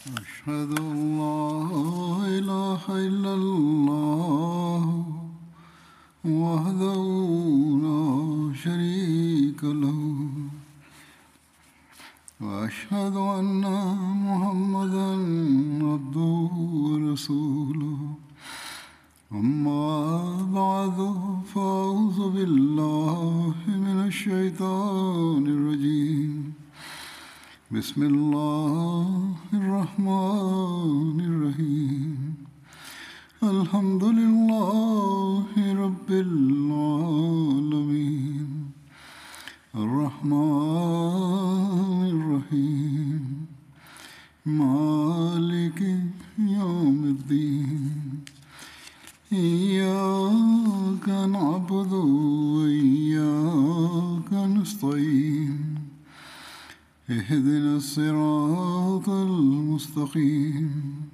أشهد أن لا إله إلا الله وحده لا شريك له وأشهد أن محمدا عبده ورسوله أما بعد فأعوذ بالله من الشيطان الرجيم بسم الله الرحمن الرحيم الحمد لله رب العالمين الرحمن الرحيم مالك يوم الدين إياك نعبد وإياك نستعين اهدنا الصراط المستقيم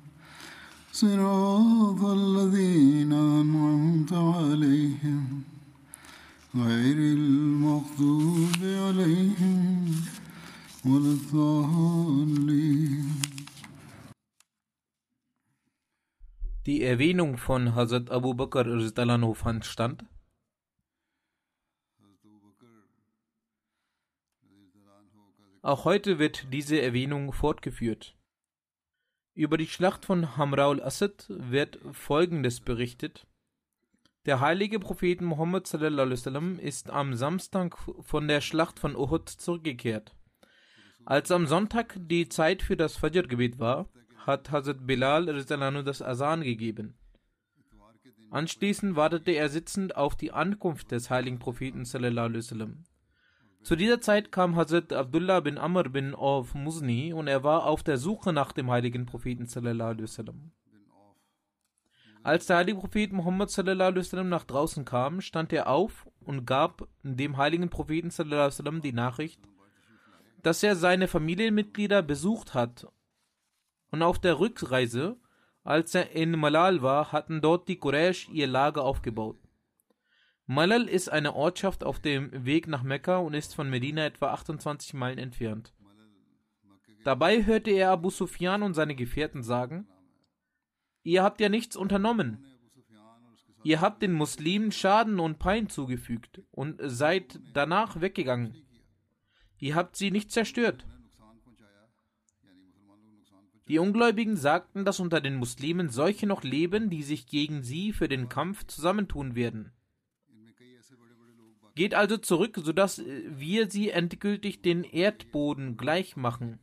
صراط الذين أنعمت عليهم غير المغضوب عليهم ولا الضالين. Die Erwähnung von Hazrat Abu Bakr r.a. fand stand. Auch heute wird diese Erwähnung fortgeführt. Über die Schlacht von Hamra al-Asad wird Folgendes berichtet. Der heilige Prophet Muhammad s.a.w. ist am Samstag von der Schlacht von Uhud zurückgekehrt. Als am Sonntag die Zeit für das Fajr-Gebet war, hat Hazrat Bilal r.a. das Asan gegeben. Anschließend wartete er sitzend auf die Ankunft des heiligen Propheten s.a.w. Zu dieser Zeit kam Hazrat Abdullah bin Amr bin Auf Muzni und er war auf der Suche nach dem heiligen Propheten s.a.w. Als der heilige Prophet Muhammad s.a.w. nach draußen kam, stand er auf und gab dem heiligen Propheten s.a.w. die Nachricht, dass er seine Familienmitglieder besucht hat. Und auf der Rückreise, als er in Malal war, hatten dort die Quraysh ihr Lager aufgebaut. Malal ist eine Ortschaft auf dem Weg nach Mekka und ist von Medina etwa 28 Meilen entfernt. Dabei hörte er Abu Sufyan und seine Gefährten sagen: Ihr habt ja nichts unternommen. Ihr habt den Muslimen Schaden und Pein zugefügt und seid danach weggegangen. Ihr habt sie nicht zerstört. Die Ungläubigen sagten, dass unter den Muslimen solche noch leben, die sich gegen sie für den Kampf zusammentun werden. Geht also zurück, sodass wir sie endgültig den Erdboden gleich machen.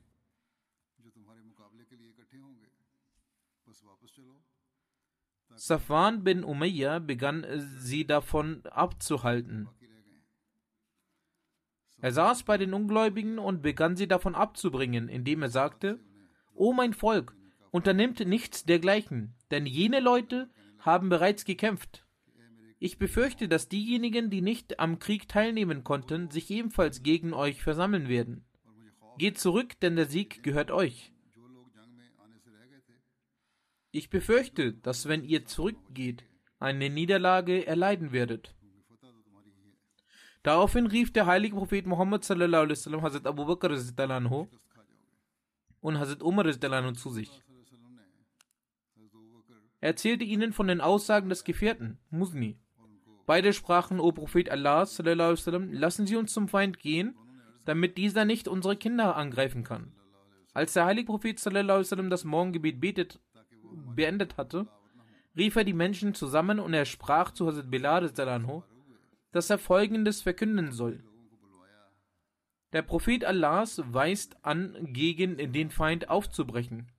Safwan bin Umayya begann sie davon abzuhalten. Er saß bei den Ungläubigen und begann sie davon abzubringen, indem er sagte: O mein Volk, unternimmt nichts dergleichen, denn jene Leute haben bereits gekämpft. Ich befürchte, dass diejenigen, die nicht am Krieg teilnehmen konnten, sich ebenfalls gegen euch versammeln werden. Geht zurück, denn der Sieg gehört euch. Ich befürchte, dass wenn ihr zurückgeht, eine Niederlage erleiden werdet. Daraufhin rief der heilige Prophet Muhammad s.a.w. Hazrat Abu Bakr r.a. und Hazrat Umar r.a. zu sich. Er erzählte ihnen von den Aussagen des Gefährten, Muzni. Beide sprachen: O Prophet Allah s.a.w., lassen Sie uns zum Feind gehen, damit dieser nicht unsere Kinder angreifen kann. Als der heilige Prophet s.a.w. das Morgengebet beendet hatte, rief er die Menschen zusammen und er sprach zu Hazrat Bilal r.a., dass er Folgendes verkünden soll. Der Prophet Allahs weist an, gegen den Feind aufzubrechen.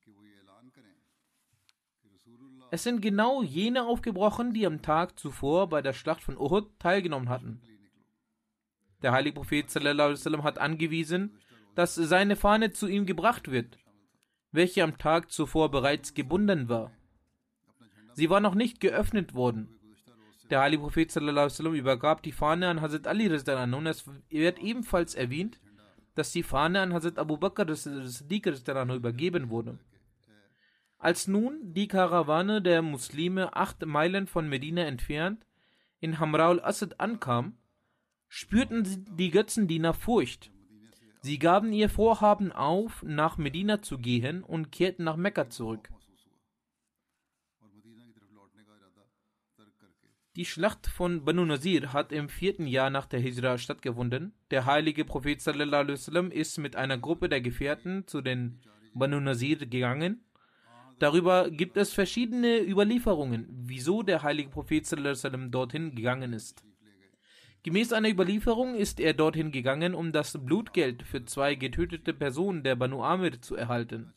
Es sind genau jene aufgebrochen, die am Tag zuvor bei der Schlacht von Uhud teilgenommen hatten. Der heilige Prophet s.a.w. hat angewiesen, dass seine Fahne zu ihm gebracht wird, welche am Tag zuvor bereits gebunden war. Sie war noch nicht geöffnet worden. Der heilige Prophet s.a.w. übergab die Fahne an Hazrat Ali r.a. und es wird ebenfalls erwähnt, dass die Fahne an Hazrat Abu Bakr as-Siddiq r.a. übergeben wurde. Als nun die Karawane der Muslime 8 Meilen von Medina entfernt in Hamra al-Asad ankam, spürten die Götzendiener Furcht. Sie gaben ihr Vorhaben auf, nach Medina zu gehen und kehrten nach Mekka zurück. Die Schlacht von Banu Nazir hat im 4. Jahr nach der Hijra stattgefunden. Der heilige Prophet sallallahu alaihi wasallam ist mit einer Gruppe der Gefährten zu den Banu Nazir gegangen. Darüber gibt es verschiedene Überlieferungen, wieso der heilige Prophet sallallahu alaihi wasallam dorthin gegangen ist. Gemäß einer Überlieferung ist er dorthin gegangen, um das Blutgeld für 2 getötete Personen der Banu Amir zu erhalten.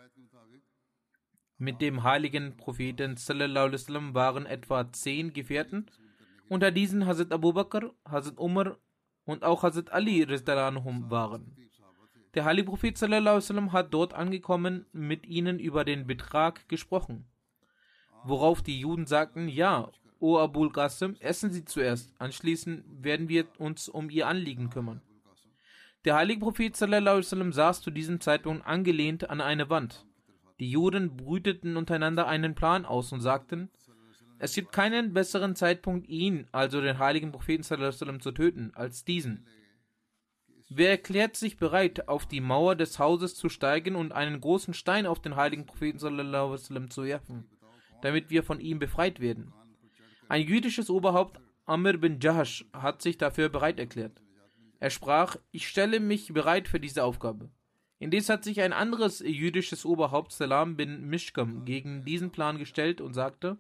Mit dem heiligen Propheten sallallahu alaihi wasallam waren etwa 10 Gefährten, unter diesen Hazrat Abu Bakr, Hazrat Umar und auch Hazrat Ali radhiyallahu anhum waren. Der heilige Prophet sallallahu alaihi wasallam hat dort angekommen mit ihnen über den Betrag gesprochen, worauf die Juden sagten: Ja, O Abul Qasim, essen Sie zuerst, anschließend werden wir uns um Ihr Anliegen kümmern. Der heilige Prophet sallallahu alaihi wasallam saß zu diesem Zeitpunkt angelehnt an eine Wand. Die Juden brüteten untereinander einen Plan aus und sagten: Es gibt keinen besseren Zeitpunkt, ihn, also den heiligen Propheten sallallahu alaihi wasallam, zu töten, als diesen. Wer erklärt sich bereit, auf die Mauer des Hauses zu steigen und einen großen Stein auf den heiligen Propheten sallallahu alaihi wasallam zu werfen, damit wir von ihm befreit werden? Ein jüdisches Oberhaupt, Amr bin Jahash, hat sich dafür bereit erklärt. Er sprach: Ich stelle mich bereit für diese Aufgabe. Indes hat sich ein anderes jüdisches Oberhaupt, Salam bin Mishkam, gegen diesen Plan gestellt und sagte: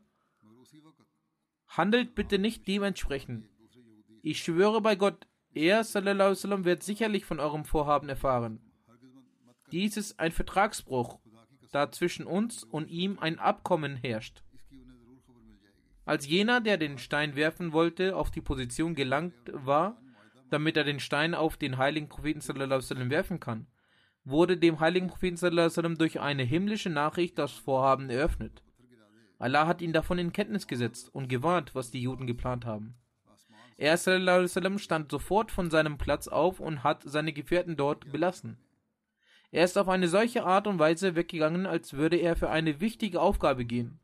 Handelt bitte nicht dementsprechend. Ich schwöre bei Gott, er, sallallahu alaihi wasallam, wird sicherlich von eurem Vorhaben erfahren. Dies ist ein Vertragsbruch, da zwischen uns und ihm ein Abkommen herrscht. Als jener, der den Stein werfen wollte, auf die Position gelangt war, damit er den Stein auf den heiligen Propheten sallallahu alaihi wasallam werfen kann, wurde dem heiligen Propheten sallallahu alaihi wasallam durch eine himmlische Nachricht das Vorhaben eröffnet. Allah hat ihn davon in Kenntnis gesetzt und gewarnt, was die Juden geplant haben. Er sallallahu alaihi wasallam stand sofort von seinem Platz auf und hat seine Gefährten dort belassen. Er ist auf eine solche Art und Weise weggegangen, als würde er für eine wichtige Aufgabe gehen.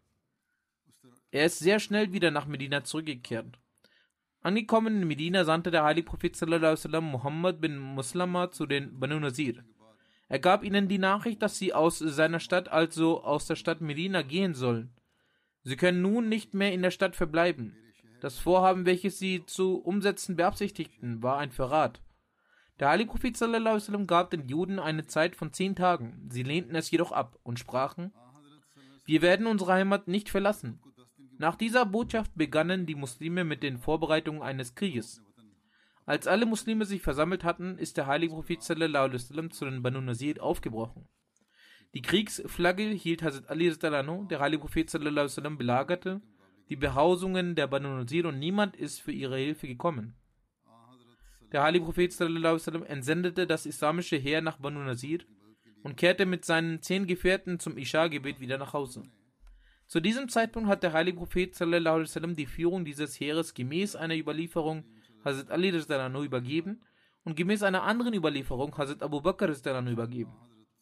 Er ist sehr schnell wieder nach Medina zurückgekehrt. Angekommen in Medina sandte der heilige Prophet sallallahu alaihi wasallam Muhammad bin Muslama zu den Banu Nazir. Er gab ihnen die Nachricht, dass sie aus seiner Stadt, also aus der Stadt Medina, gehen sollen. Sie können nun nicht mehr in der Stadt verbleiben. Das Vorhaben, welches sie zu umsetzen beabsichtigten, war ein Verrat. Der heilige Prophet sallallahu alaihi wasallam gab den Juden eine Zeit von 10 Tagen. Sie lehnten es jedoch ab und sprachen: Wir werden unsere Heimat nicht verlassen. Nach dieser Botschaft begannen die Muslime mit den Vorbereitungen eines Krieges. Als alle Muslime sich versammelt hatten, ist der heilige Prophet sallallahu alaihi wasallam zu den Banu Nazir aufgebrochen. Die Kriegsflagge hielt Hazrat Ali radhiyallahu anhu, der heilige Prophet sallallahu alaihi wasallam belagerte die Behausungen der Banu Nazir und niemand ist für ihre Hilfe gekommen. Der heilige Prophet sallallahu alaihi wasallam entsendete das islamische Heer nach Banu Nazir und kehrte mit seinen 10 Gefährten zum Isha-Gebet wieder nach Hause. Zu diesem Zeitpunkt hat der heilige Prophet sallallahu alaihi wasallam die Führung dieses Heeres gemäß einer Überlieferung Hazrat Ali radhiyallahu anhu übergeben und gemäß einer anderen Überlieferung Hazrat Abu Bakr radhiyallahu anhu übergeben.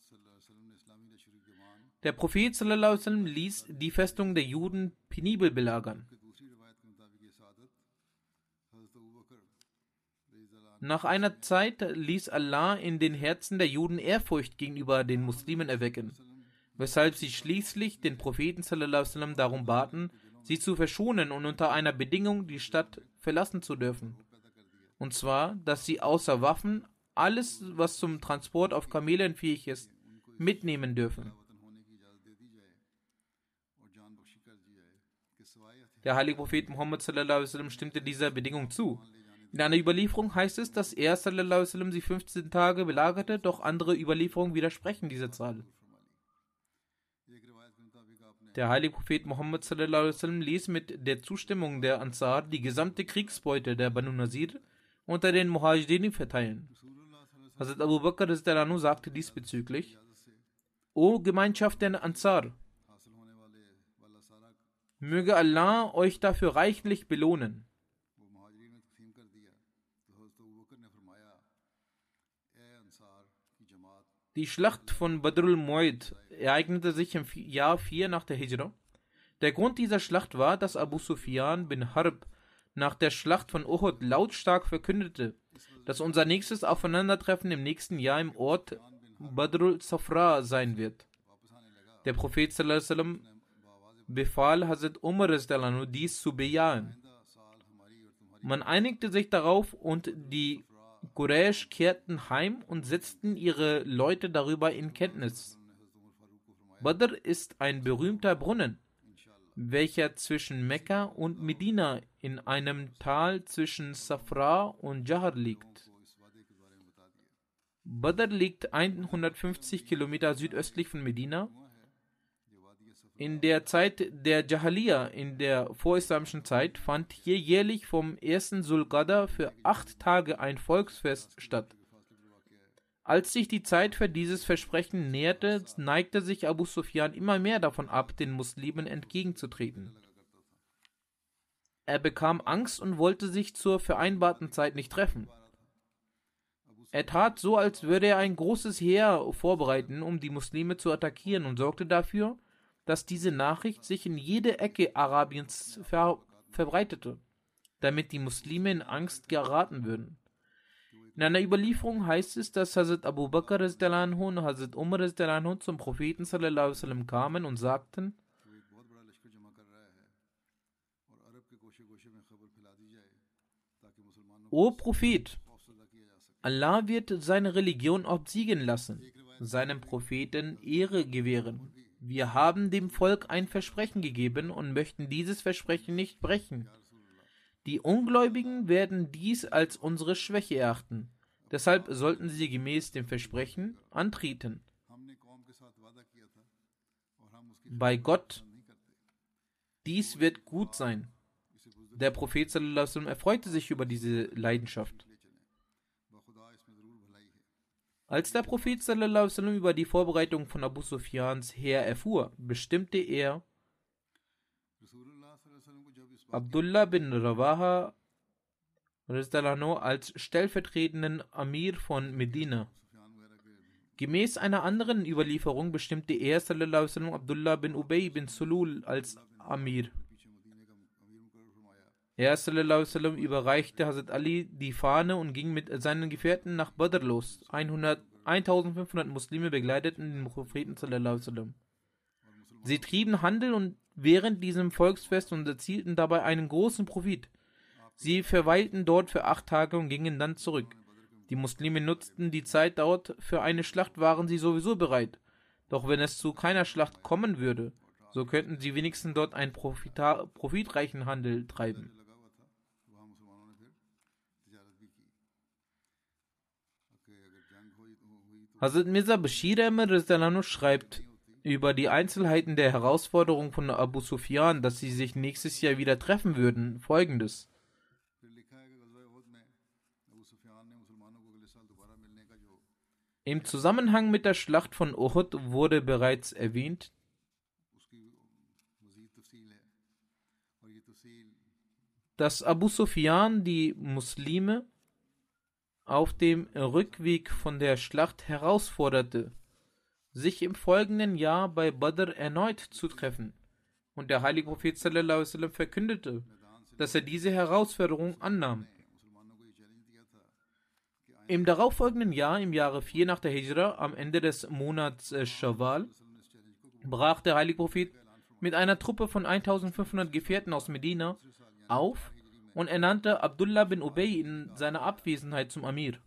Der Prophet sallallahu alaihi wasallam ließ die Festung der Juden penibel belagern. Nach einer Zeit ließ Allah in den Herzen der Juden Ehrfurcht gegenüber den Muslimen erwecken, weshalb sie schließlich den Propheten sallallahu alaihi wasallam darum baten, sie zu verschonen und unter einer Bedingung die Stadt verlassen zu dürfen. Und zwar, dass sie außer Waffen alles, was zum Transport auf Kamelen fähig ist, mitnehmen dürfen. Der heilige Prophet Muhammad sallallahu alaihi wasallam stimmte dieser Bedingung zu. In einer Überlieferung heißt es, dass er sallallahu alaihi wasallam sie 15 Tage belagerte, doch andere Überlieferungen widersprechen dieser Zahl. Der heilige Prophet Muhammad sallallahu alaihi wasallam ließ mit der Zustimmung der Ansar die gesamte Kriegsbeute der Banu Nazir unter den Muhajirin verteilen. Hazrat Abu Bakr radhiyallahu anhu sagte diesbezüglich: O Gemeinschaft der Ansar, möge Allah euch dafür reichlich belohnen. Die Schlacht von Badrul Mu'id ereignete sich im Jahr 4 nach der Hijra. Der Grund dieser Schlacht war, dass Abu Sufyan bin Harb nach der Schlacht von Uhud lautstark verkündete, dass unser nächstes Aufeinandertreffen im nächsten Jahr im Ort Badrul Safra sein wird. Der Prophet sallallahu alaihi wasallam befahl Hazrat Umar radhiyallahu anhu, dies zu bejahen. Man einigte sich darauf und die Quraysh kehrten heim und setzten ihre Leute darüber in Kenntnis. Badr ist ein berühmter Brunnen, welcher zwischen Mekka und Medina in einem Tal zwischen Safra und Jahr liegt. Badr liegt 150 Kilometer südöstlich von Medina. In der Zeit der Jahiliya, in der vorislamischen Zeit, fand hier jährlich vom 1. Sulqada für 8 Tage ein Volksfest statt. Als sich die Zeit für dieses Versprechen näherte, neigte sich Abu Sufyan immer mehr davon ab, den Muslimen entgegenzutreten. Er bekam Angst und wollte sich zur vereinbarten Zeit nicht treffen. Er tat so, als würde er ein großes Heer vorbereiten, um die Muslime zu attackieren, und sorgte dafür, dass diese Nachricht sich in jede Ecke Arabiens verbreitete, damit die Muslime in Angst geraten würden. In einer Überlieferung heißt es, dass Hazrat Abu Bakr und Hazrat Umar zum Propheten sallallahu alaihi wasallam kamen und sagten: O Prophet, Allah wird seine Religion obsiegen lassen, seinem Propheten Ehre gewähren. Wir haben dem Volk ein Versprechen gegeben und möchten dieses Versprechen nicht brechen. Die Ungläubigen werden dies als unsere Schwäche erachten. Deshalb sollten sie gemäß dem Versprechen antreten. Bei Gott, dies wird gut sein. Der Prophet sallallahu alaihi wasallam erfreute sich über diese Leidenschaft. Als der Prophet sallallahu alaihi wasallam über die Vorbereitung von Abu Sufyans Heer erfuhr, bestimmte er Abdullah bin Rawaha als stellvertretenden Amir von Medina. Gemäß einer anderen Überlieferung bestimmte er sallallahu alaihi wasallam Abdullah bin Ubay bin Sulul als Amir. Er sallallahu alaihi wasallam überreichte Hazrat Ali die Fahne und ging mit seinen Gefährten nach Badr los. 1500 Muslime begleiteten den Propheten sallallahu alaihi wasallam. Sie trieben Handel und während diesem Volksfest und erzielten dabei einen großen Profit. Sie verweilten dort für 8 Tage und gingen dann zurück. Die Muslime nutzten die Zeit dort, für eine Schlacht waren sie sowieso bereit. Doch wenn es zu keiner Schlacht kommen würde, so könnten sie wenigstens dort einen profitreichen Handel treiben. Hazrat Mirza Bashir Ahmad schreibt über die Einzelheiten der Herausforderung von Abu Sufyan, dass sie sich nächstes Jahr wieder treffen würden, folgendes: Im Zusammenhang mit der Schlacht von Uhud wurde bereits erwähnt, dass Abu Sufyan die Muslime auf dem Rückweg von der Schlacht herausforderte, sich im folgenden Jahr bei Badr erneut zu treffen, und der heilige Prophet sallallahu alaihi wasallam verkündete, dass er diese Herausforderung annahm. Im darauffolgenden Jahr, im Jahre 4 nach der Hijra, am Ende des Monats Shawwal, brach der heilige Prophet mit einer Truppe von 1500 Gefährten aus Medina auf und ernannte Abdullah bin Ubay in seiner Abwesenheit zum Amir.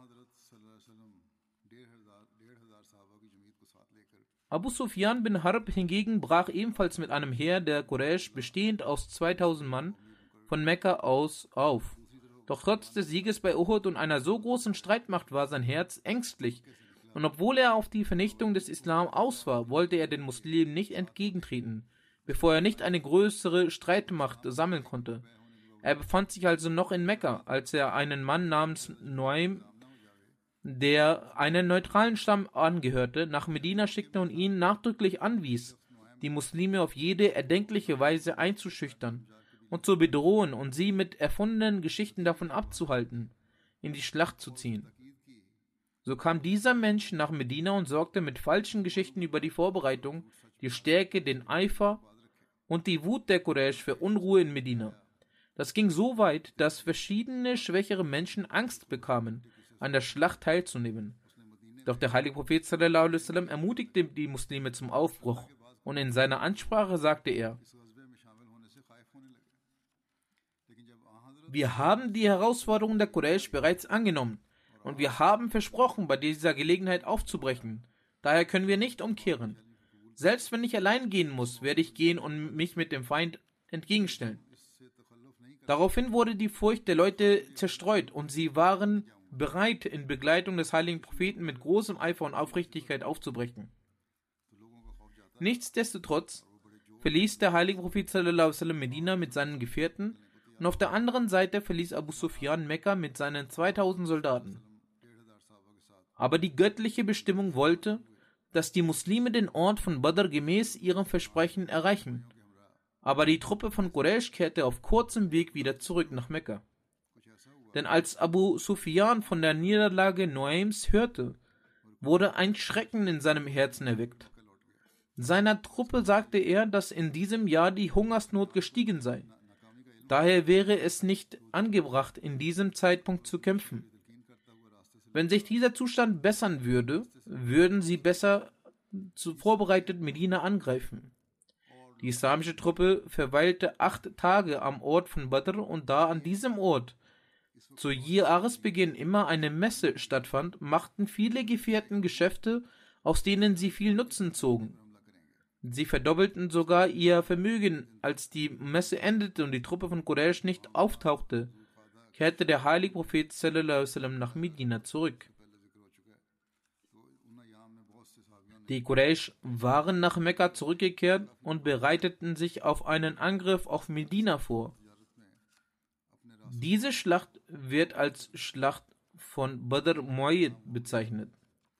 Abu Sufyan bin Harb hingegen brach ebenfalls mit einem Heer der Quraysh, bestehend aus 2000 Mann, von Mekka aus auf. Doch trotz des Sieges bei Uhud und einer so großen Streitmacht war sein Herz ängstlich, und obwohl er auf die Vernichtung des Islam aus war, wollte er den Muslimen nicht entgegentreten, bevor er nicht eine größere Streitmacht sammeln konnte. Er befand sich also noch in Mekka, als er einen Mann namens Nuaym, der einen neutralen Stamm angehörte, nach Medina schickte und ihn nachdrücklich anwies, die Muslime auf jede erdenkliche Weise einzuschüchtern und zu bedrohen und sie mit erfundenen Geschichten davon abzuhalten, in die Schlacht zu ziehen. So kam dieser Mensch nach Medina und sorgte mit falschen Geschichten über die Vorbereitung, die Stärke, den Eifer und die Wut der Quraysh für Unruhe in Medina. Das ging so weit, dass verschiedene schwächere Menschen Angst bekamen, an der Schlacht teilzunehmen. Doch der heilige Prophet sallallahu alaihi wasallam ermutigte die Muslime zum Aufbruch und in seiner Ansprache sagte er: Wir haben die Herausforderung der Quraysh bereits angenommen und wir haben versprochen, bei dieser Gelegenheit aufzubrechen. Daher können wir nicht umkehren. Selbst wenn ich allein gehen muss, werde ich gehen und mich mit dem Feind entgegenstellen. Daraufhin wurde die Furcht der Leute zerstreut und sie waren bereit, in Begleitung des heiligen Propheten mit großem Eifer und Aufrichtigkeit aufzubrechen. Nichtsdestotrotz verließ der heilige Prophet sallallahu alaihi wasallam Medina mit seinen Gefährten und auf der anderen Seite verließ Abu Sufyan Mekka mit seinen 2000 Soldaten. Aber die göttliche Bestimmung wollte, dass die Muslime den Ort von Badr gemäß ihrem Versprechen erreichen. Aber die Truppe von Quraysh kehrte auf kurzem Weg wieder zurück nach Mekka. Denn als Abu Sufyan von der Niederlage Nuaims hörte, wurde ein Schrecken in seinem Herzen erweckt. Seiner Truppe sagte er, dass in diesem Jahr die Hungersnot gestiegen sei. Daher wäre es nicht angebracht, in diesem Zeitpunkt zu kämpfen. Wenn sich dieser Zustand bessern würde, würden sie besser vorbereitet Medina angreifen. Die islamische Truppe verweilte 8 Tage am Ort von Badr und da an diesem Ort zu Jahresbeginn immer eine Messe stattfand, machten viele Gefährten Geschäfte, aus denen sie viel Nutzen zogen. Sie verdoppelten sogar ihr Vermögen. Als die Messe endete und die Truppe von Quraysh nicht auftauchte, kehrte der heilige Prophet sallallahu alaihi wasallam nach Medina zurück. Die Quraysh waren nach Mekka zurückgekehrt und bereiteten sich auf einen Angriff auf Medina vor. Diese Schlacht wird als Schlacht von Badr Muayyid bezeichnet.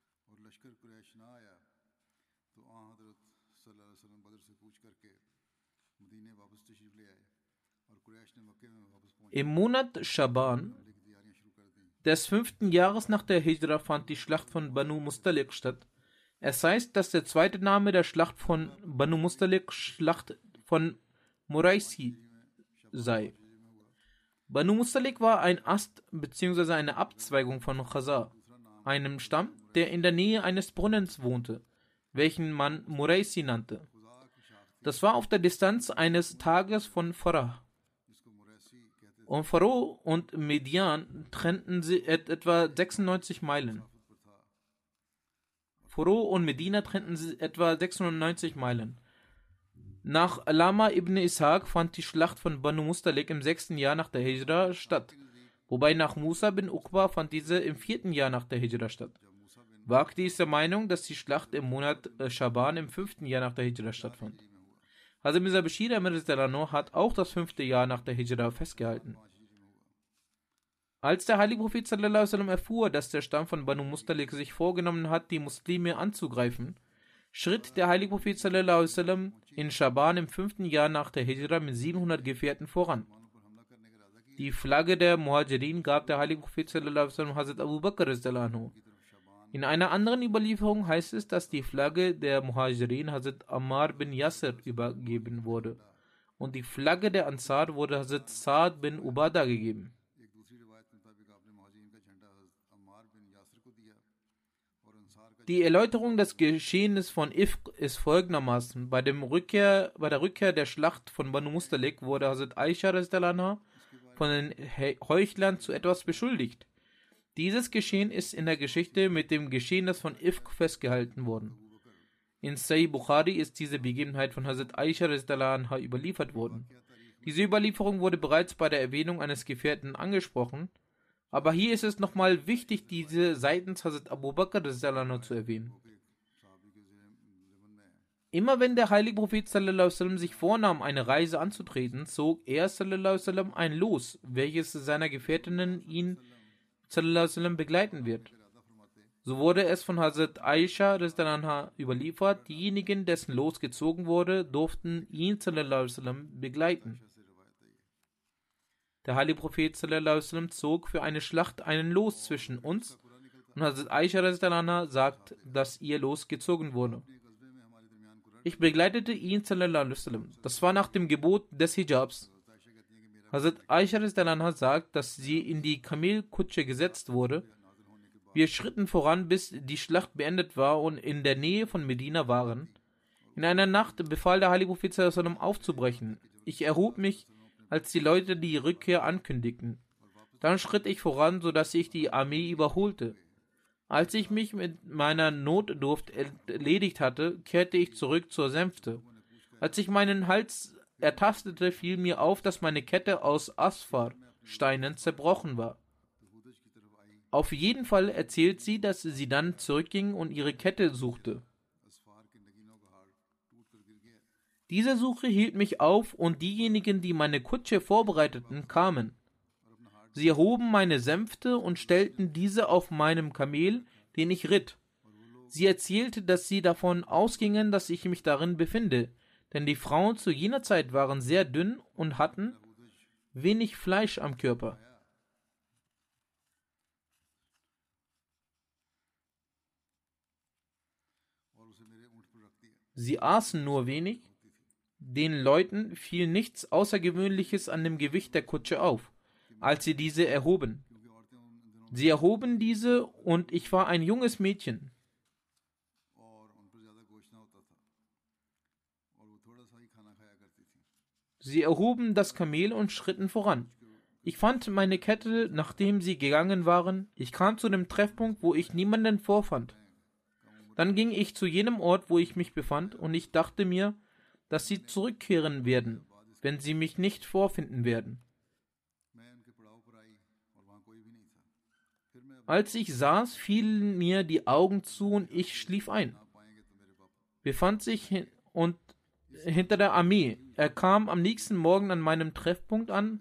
Im Monat Schaban des 5. Jahres nach der Hijra fand die Schlacht von Banu Mustaliq statt. Es heißt, dass der zweite Name der Schlacht von Banu Mustaliq Schlacht von Muraisi sei. Banu Mustaliq war ein Ast bzw. eine Abzweigung von Khazar, einem Stamm, der in der Nähe eines Brunnens wohnte, welchen man Muraisi nannte. Das war auf der Distanz eines Tages von Farah. Und Faro und Median trennten sie etwa 96 Meilen. Faro und Medina trennten sie etwa 96 Meilen. Nach Alama ibn Ishaq fand die Schlacht von Banu Mustaliq im 6. Jahr nach der Hijra statt, wobei nach Musa bin Uqba fand diese im 4. Jahr nach der Hijra statt. Waqti ist der Meinung, dass die Schlacht im Monat Schaban im 5. Jahr nach der Hijra stattfand. Hazrat Mirza Bashir Ahmad hat auch das 5. Jahr nach der Hijra festgehalten. Als der heilige Prophet sallallahu alaihi wasallam erfuhr, dass der Stamm von Banu Mustaliq sich vorgenommen hat, die Muslime anzugreifen, schritt der heilige Prophet sallallahu alaihi wasallam in Schaban im 5. Jahr nach der Hijra mit 700 Gefährten voran. Die Flagge der Muhajirin gab der heilige Prophet sallallahu alaihi wasallam Hazrat Abu Bakr radhiyallahu anhu. In einer anderen Überlieferung heißt es, dass die Flagge der Muhajirin Hazrat Ammar bin Yasser übergeben wurde und die Flagge der Ansar wurde Hazrat Saad bin Ubada gegeben. Die Erläuterung des Geschehens von Ifq ist folgendermaßen: Bei der Rückkehr der Schlacht von Banu Mustaliq wurde Hazrat Aisha radhiyallahu anha von den Heuchlern zu etwas beschuldigt. Dieses Geschehen ist in der Geschichte mit dem Geschehnis von Ifq festgehalten worden. In Sahih Bukhari ist diese Begebenheit von Hazrat Aisha radhiyallahu anha überliefert worden. Diese Überlieferung wurde bereits bei der Erwähnung eines Gefährten angesprochen, aber hier ist es nochmal wichtig, diese seitens Hazrat Abu Bakr radhiyallahu anhu zu erwähnen. Immer wenn der heilige Prophet sallallahu alaihi wasallam sich vornahm, eine Reise anzutreten, zog er sallallahu alaihi wasallam ein Los, welches seiner Gefährtinnen ihn sallallahu alaihi wasallam begleiten wird. So wurde es von Hazrat Aisha radhiyallahu anha überliefert, diejenigen, dessen Los gezogen wurde, durften ihn sallallahu alaihi wasallam begleiten. Der heilige Prophet sallallahu alaihi wasallam zog für eine Schlacht einen Los zwischen uns und Hazrat Aisha radhiyallahu anha sagt, dass ihr Los gezogen wurde. Ich begleitete ihn sallallahu alaihi wasallam. Das war nach dem Gebot des Hijabs. Hazrat Aisha Anha sagt, dass sie in die Kamelkutsche gesetzt wurde. Wir schritten voran, bis die Schlacht beendet war und in der Nähe von Medina waren. In einer Nacht befahl der Heilige Prophet sallallahu alaihi wasallam aufzubrechen. Ich erhob mich, als die Leute die Rückkehr ankündigten. Dann schritt ich voran, sodass ich die Armee überholte. Als ich mich mit meiner Notdurft erledigt hatte, kehrte ich zurück zur Sänfte. Als ich meinen Hals ertastete, fiel mir auf, dass meine Kette aus Asphar-Steinen zerbrochen war. Auf jeden Fall erzählt sie, dass sie dann zurückging und ihre Kette suchte. Diese Suche hielt mich auf und diejenigen, die meine Kutsche vorbereiteten, kamen. Sie erhoben meine Sänfte und stellten diese auf meinem Kamel, den ich ritt. Sie erzählte, dass sie davon ausgingen, dass ich mich darin befinde, denn die Frauen zu jener Zeit waren sehr dünn und hatten wenig Fleisch am Körper. Sie aßen nur wenig. Den Leuten fiel nichts Außergewöhnliches an dem Gewicht der Kutsche auf, als sie diese erhoben. Sie erhoben diese und ich war ein junges Mädchen. Sie erhoben das Kamel und schritten voran. Ich fand meine Kette, nachdem sie gegangen waren. Ich kam zu dem Treffpunkt, wo ich niemanden vorfand. Dann ging ich zu jenem Ort, wo ich mich befand, und ich dachte mir, dass sie zurückkehren werden, wenn sie mich nicht vorfinden werden. Als ich saß, fielen mir die Augen zu und ich schlief ein. Befand sich hinter der Armee. Er kam am nächsten Morgen an meinem Treffpunkt an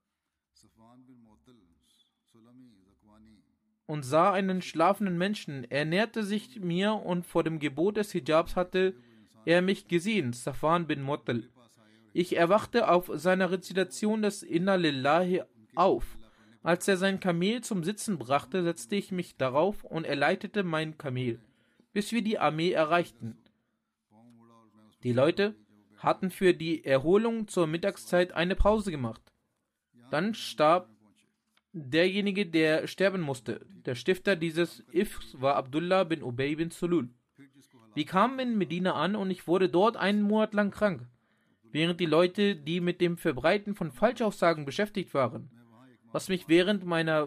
und sah einen schlafenden Menschen. Er näherte sich mir und vor dem Gebot des Hijabs hatte er mich gesehen, Safwan bin Mu'attal. Ich erwachte auf seiner Rezitation des Inna Lillahi auf. Als er sein Kamel zum Sitzen brachte, setzte ich mich darauf und er leitete mein Kamel, bis wir die Armee erreichten. Die Leute hatten für die Erholung zur Mittagszeit eine Pause gemacht. Dann starb derjenige, der sterben musste. Der Stifter dieses Ifks war Abdullah bin Ubay bin Sulul. Wir kamen in Medina an und ich wurde dort einen Monat lang krank, während die Leute, die mit dem Verbreiten von Falschaussagen beschäftigt waren, was ich während meiner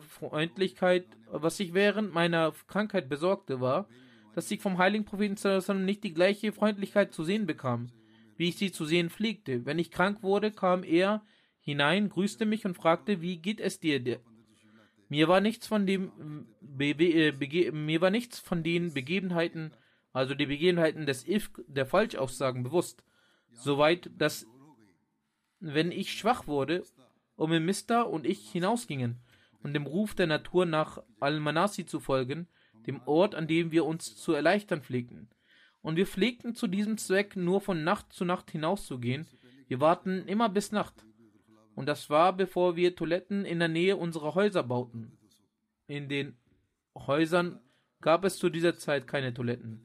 Krankheit besorgte, war, dass ich vom heiligen Propheten sallallahu alaihi wasallam nicht die gleiche Freundlichkeit zu sehen bekam, wie ich sie zu sehen pflegte. Wenn ich krank wurde, kam er hinein, grüßte mich und fragte, wie geht es dir? Mir war nichts von den Begebenheiten, also die Begebenheiten des Ifk, der Falschaussagen, bewusst. Soweit, dass, wenn ich schwach wurde, Mista und ich hinausgingen, um dem Ruf der Natur nach Al-Manasi zu folgen, dem Ort, an dem wir uns zu erleichtern pflegten. Und wir pflegten zu diesem Zweck nur von Nacht zu Nacht hinauszugehen. Wir warten immer bis Nacht. Und das war, bevor wir Toiletten in der Nähe unserer Häuser bauten. In den Häusern gab es zu dieser Zeit keine Toiletten.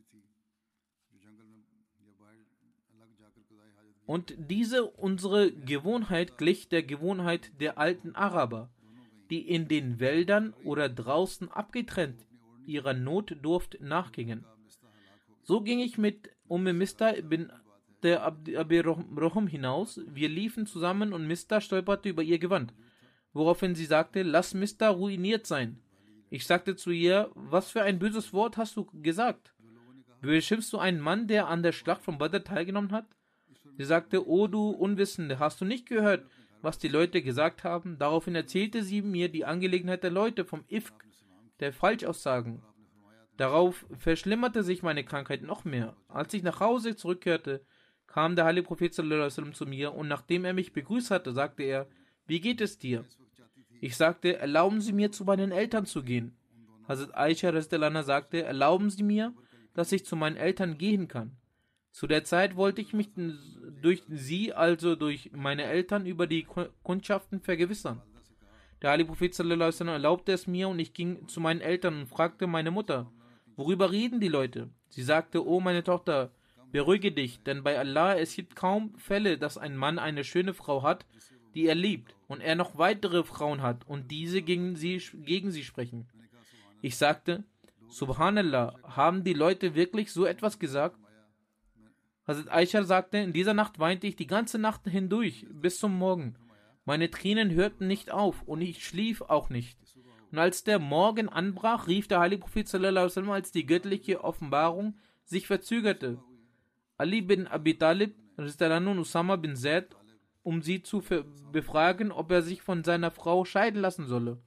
Und diese unsere Gewohnheit glich der Gewohnheit der alten Araber, die in den Wäldern oder draußen abgetrennt ihrer Notdurft nachgingen. So ging ich mit Mista bin der Abi Rohum hinaus. Wir liefen zusammen und Mista stolperte über ihr Gewand, woraufhin sie sagte, lass Mista ruiniert sein. Ich sagte zu ihr, was für ein böses Wort hast du gesagt? Beschimpfst du einen Mann, der an der Schlacht von Badr teilgenommen hat? Sie sagte, o du Unwissende, hast du nicht gehört, was die Leute gesagt haben? Daraufhin erzählte sie mir die Angelegenheit der Leute vom Ifk, der Falschaussagen. Darauf verschlimmerte sich meine Krankheit noch mehr. Als ich nach Hause zurückkehrte, kam der heilige Prophet sallallahu alaihi wasallam zu mir und nachdem er mich begrüßt hatte, sagte er, wie geht es dir? Ich sagte, erlauben Sie mir, zu meinen Eltern zu gehen. Hazrat Aisha Anha sagte, erlauben Sie mir, dass ich zu meinen Eltern gehen kann. Zu der Zeit wollte ich mich durch sie, also durch meine Eltern, über die Kundschaften vergewissern. Der heilige Prophet sallallahu alaihi wasallam erlaubte es mir und ich ging zu meinen Eltern und fragte meine Mutter, worüber reden die Leute? Sie sagte, oh meine Tochter, beruhige dich, denn bei Allah es gibt kaum Fälle, dass ein Mann eine schöne Frau hat, die er liebt, und er noch weitere Frauen hat und diese gegen sie sprechen. Ich sagte, Subhanallah, haben die Leute wirklich so etwas gesagt? Hazrat Aisha sagte, in dieser Nacht weinte ich die ganze Nacht hindurch bis zum Morgen. Meine Tränen hörten nicht auf und ich schlief auch nicht. Und als der Morgen anbrach, rief der heilige Prophet sallallahu alaihi wasallam, als die göttliche Offenbarung sich verzögerte, Ali bin Abi Talib und Usama bin Zaid, um sie zu befragen, ob er sich von seiner Frau scheiden lassen solle.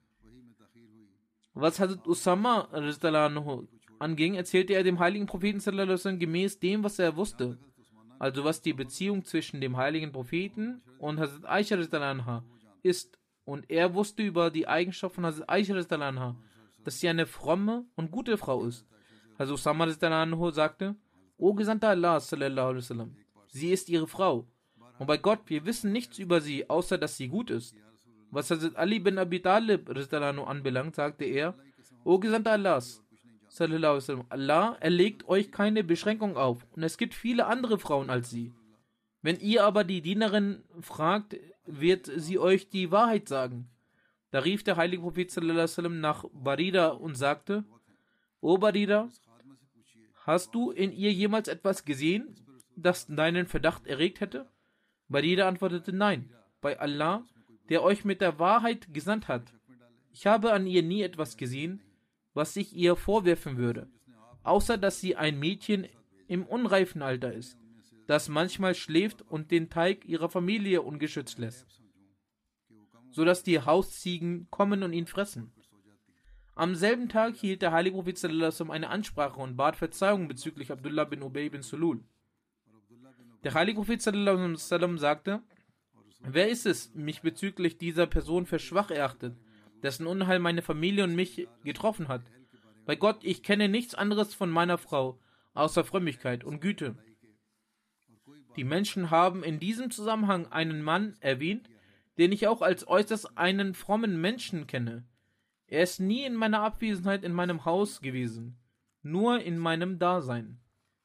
Was Hazrat Usama anging, erzählte er dem heiligen Propheten sallallahu alaihi wasallam gemäß dem, was er wusste. Also was die Beziehung zwischen dem heiligen Propheten und Hazrat Aisha ist. Und er wusste über die Eigenschaft von Hazrat Aisha, dass sie eine fromme und gute Frau ist. Hazrat Usama sagte, O Gesandter Allah sallallahu alaihi wasallam, sie ist ihre Frau. Und bei Gott, wir wissen nichts über sie, außer dass sie gut ist. Was Hazrat Ali bin Abi Talib anbelangt, sagte er, O Gesandter Allahs, sallallahu alaihi wasallam, Allah erlegt euch keine Beschränkung auf und es gibt viele andere Frauen als sie. Wenn ihr aber die Dienerin fragt, wird sie euch die Wahrheit sagen. Da rief der heilige Prophet sallallahu alaihi wasallam nach Barira und sagte, O Barira, hast du in ihr jemals etwas gesehen, das deinen Verdacht erregt hätte? Barira antwortete, nein, bei Allah, der euch mit der Wahrheit gesandt hat. Ich habe an ihr nie etwas gesehen, was ich ihr vorwerfen würde, außer dass sie ein Mädchen im unreifen Alter ist, das manchmal schläft und den Teig ihrer Familie ungeschützt lässt, sodass die Hausziegen kommen und ihn fressen. Am selben Tag hielt der heilige Prophet sallallahu alaihi wasallam eine Ansprache und bat Verzeihung bezüglich Abdullah bin Ubay bin Sulul. Der heilige Prophet sallallahu alaihi wasallam sagte, wer ist es, mich bezüglich dieser Person für schwach erachtet, dessen Unheil meine Familie und mich getroffen hat? Bei Gott, ich kenne nichts anderes von meiner Frau, außer Frömmigkeit und Güte. Die Menschen haben in diesem Zusammenhang einen Mann erwähnt, den ich auch als äußerst einen frommen Menschen kenne. Er ist nie in meiner Abwesenheit in meinem Haus gewesen, nur in meinem Dasein.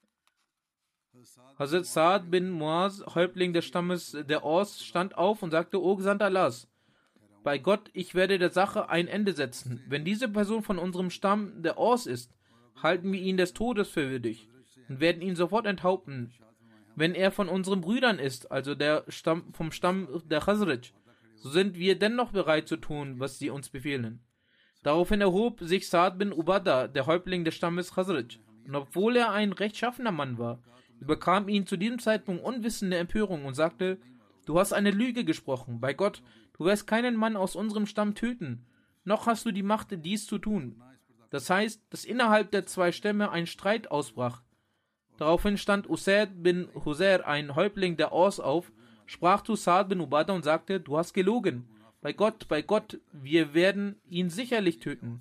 Hazrat Saad bin Muaz, Häuptling des Stammes der Aus, stand auf und sagte, O Gesandter Allahs, bei Gott, ich werde der Sache ein Ende setzen. Wenn diese Person von unserem Stamm der Aus ist, halten wir ihn des Todes für würdig und werden ihn sofort enthaupten. Wenn er von unseren Brüdern ist, also vom Stamm der Khazraj, so sind wir dennoch bereit zu tun, was sie uns befehlen. Daraufhin erhob sich Saad bin Ubadah, der Häuptling des Stammes Khazraj, und obwohl er ein rechtschaffener Mann war, überkam ihn zu diesem Zeitpunkt unwissende Empörung und sagte, du hast eine Lüge gesprochen, bei Gott, du wirst keinen Mann aus unserem Stamm töten, noch hast du die Macht, dies zu tun. Das heißt, dass innerhalb der zwei Stämme ein Streit ausbrach. Daraufhin stand Usaid bin Husair, ein Häuptling der Aus, auf, sprach zu Saad bin Ubadah und sagte, du hast gelogen. Bei Gott, wir werden ihn sicherlich töten.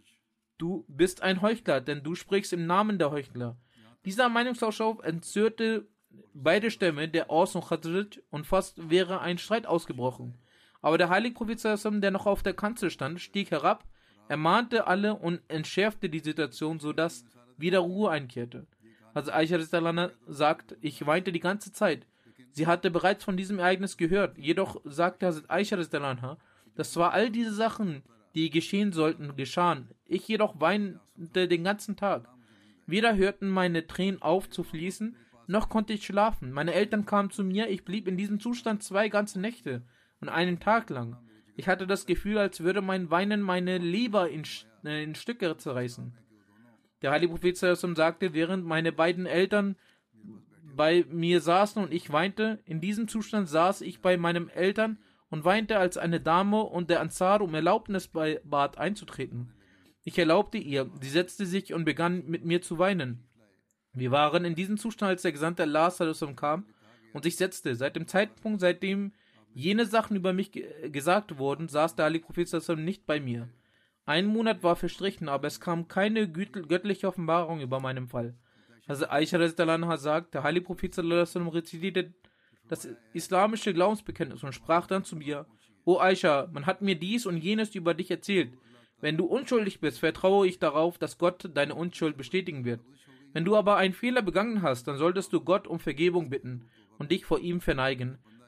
Du bist ein Heuchler, denn du sprichst im Namen der Heuchler. Dieser Meinungsaustausch entzürnte beide Stämme, der Aus und Khazraj, und fast wäre ein Streit ausgebrochen. Aber der heilige Prophet, der noch auf der Kanzel stand, stieg herab, ermahnte alle und entschärfte die Situation, sodass wieder Ruhe einkehrte. Also Aisha sagt, ich weinte die ganze Zeit. Sie hatte bereits von diesem Ereignis gehört. Jedoch sagte Hazrat Aisha, dass zwar all diese Sachen, die geschehen sollten, geschahen. Ich jedoch weinte den ganzen Tag. Weder hörten meine Tränen auf zu fließen, noch konnte ich schlafen. Meine Eltern kamen zu mir, ich blieb in diesem Zustand 2 ganze Nächte und einen Tag lang. Ich hatte das Gefühl, als würde mein Weinen meine Leber in Stücke zerreißen. Der heilige Prophet sagte, während meine beiden Eltern bei mir saßen und ich weinte, in diesem Zustand saß ich bei meinen Eltern und weinte, als eine Dame und der Ansar um Erlaubnis bat einzutreten. Ich erlaubte ihr, sie setzte sich und begann mit mir zu weinen. Wir waren in diesem Zustand, als der Gesandte Allah kam und sich setzte. Seit dem Zeitpunkt, seitdem jene Sachen über mich gesagt wurden, saß der heilige Prophet nicht bei mir. 1 Monat war verstrichen, aber es kam keine göttliche Offenbarung über meinen Fall. Also Aisha sagt, der heilige Prophet rezitierte das islamische Glaubensbekenntnis und sprach dann zu mir, O Aisha, man hat mir dies und jenes über dich erzählt. Wenn du unschuldig bist, vertraue ich darauf, dass Gott deine Unschuld bestätigen wird. Wenn du aber einen Fehler begangen hast, dann solltest du Gott um Vergebung bitten und dich vor ihm verneigen.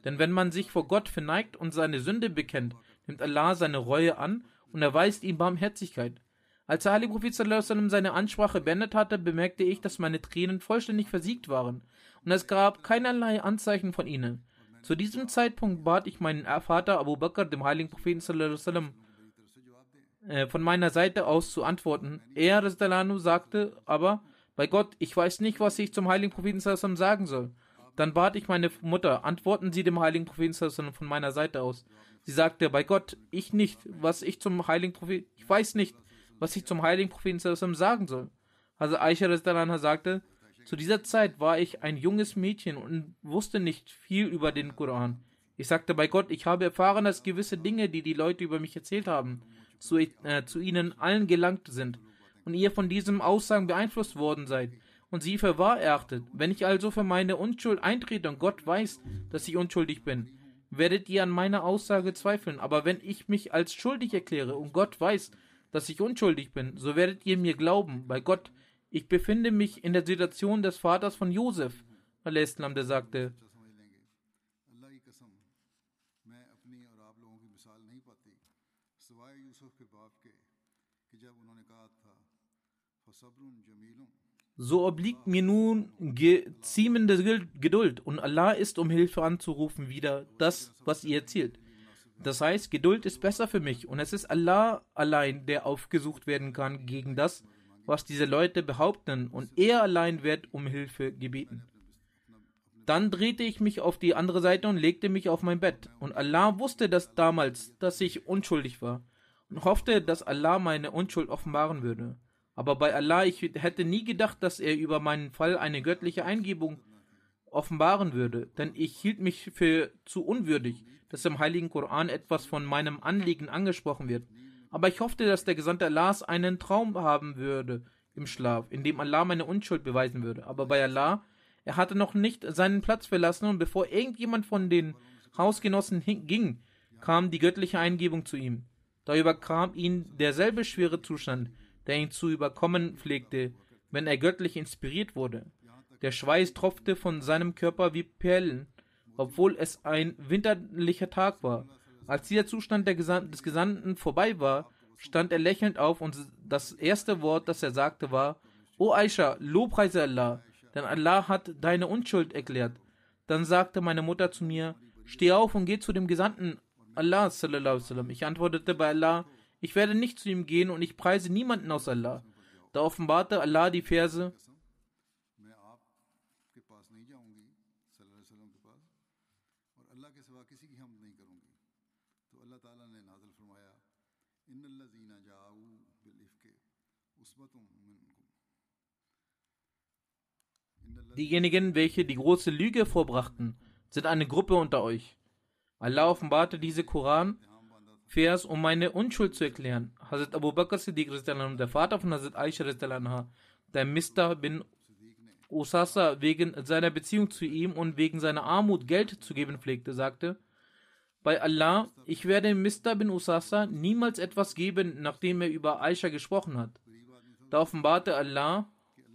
Denn wenn man sich vor Gott verneigt und seine Sünde bekennt, nimmt Allah seine Reue an und erweist ihm Barmherzigkeit. Als der Heilige Prophet sallallahu alaihi wasallam seine Ansprache beendet hatte, bemerkte ich, dass meine Tränen vollständig versiegt waren und es gab keinerlei Anzeichen von ihnen. Zu diesem Zeitpunkt bat ich meinen Vater Abu Bakr, dem Heiligen Propheten sallallahu alaihi wasallam, von meiner Seite aus zu antworten. Er, Rasdalanu, sagte aber, bei Gott, ich weiß nicht, was ich zum Heiligen Propheten sallallahu alaihi wasallam sagen soll. Dann bat ich meine Mutter, antworten Sie dem Heiligen Propheten sallallahu alaihi wasallam von meiner Seite aus. Sie sagte, bei Gott, ich weiß nicht, was ich zum Heiligen Propheten sallallahu alaihi wasallam sagen soll. Also Aisha Rasdalanu sagte, zu dieser Zeit war ich ein junges Mädchen und wusste nicht viel über den Koran. Ich sagte, bei Gott, ich habe erfahren, dass gewisse Dinge, die die Leute über mich erzählt haben, zu ihnen allen gelangt sind und ihr von diesen Aussagen beeinflusst worden seid und sie für wahr erachtet. Wenn ich also für meine Unschuld eintrete und Gott weiß, dass ich unschuldig bin, werdet ihr an meiner Aussage zweifeln. Aber wenn ich mich als schuldig erkläre und Gott weiß, dass ich unschuldig bin, so werdet ihr mir glauben. Bei Gott, ich befinde mich in der Situation des Vaters von Josef, der sagte, so obliegt mir nun ziemende Geduld und Allah ist um Hilfe anzurufen wieder das, was ihr erzielt. Das heißt, Geduld ist besser für mich und es ist Allah allein, der aufgesucht werden kann gegen das, was diese Leute behaupten und er allein wird um Hilfe gebeten. Dann drehte ich mich auf die andere Seite und legte mich auf mein Bett und Allah wusste das damals, dass ich unschuldig war und hoffte, dass Allah meine Unschuld offenbaren würde. Aber bei Allah, ich hätte nie gedacht, dass er über meinen Fall eine göttliche Eingebung offenbaren würde, denn ich hielt mich für zu unwürdig, dass im Heiligen Koran etwas von meinem Anliegen angesprochen wird. Aber ich hoffte, dass der Gesandte Allahs einen Traum haben würde im Schlaf, in dem Allah meine Unschuld beweisen würde. Aber bei Allah, er hatte noch nicht seinen Platz verlassen und bevor irgendjemand von den Hausgenossen ging, kam die göttliche Eingebung zu ihm. Da überkam ihn derselbe schwere Zustand, der ihn zu überkommen pflegte, wenn er göttlich inspiriert wurde. Der Schweiß tropfte von seinem Körper wie Perlen, obwohl es ein winterlicher Tag war. Als dieser Zustand des Gesandten vorbei war, stand er lächelnd auf und das erste Wort, das er sagte, war: O Aisha, lobpreise Allah, denn Allah hat deine Unschuld erklärt. Dann sagte meine Mutter zu mir: Steh auf und geh zu dem Gesandten Allah sallallahu alaihi wasallam. Ich antwortete bei Allah: Ich werde nicht zu ihm gehen und ich preise niemanden aus Allah. Da offenbarte Allah die Verse: Diejenigen, welche die große Lüge vorbrachten, sind eine Gruppe unter euch. Allah offenbarte diese Koran-Vers, um meine Unschuld zu erklären. Hazrat Abu Bakr Siddiq, der Vater von Hazrat Aisha, der Mr. bin Usasa wegen seiner Beziehung zu ihm und wegen seiner Armut Geld zu geben pflegte, sagte: Bei Allah, ich werde Mr. bin Usasa niemals etwas geben, nachdem er über Aisha gesprochen hat. Da offenbarte Allah: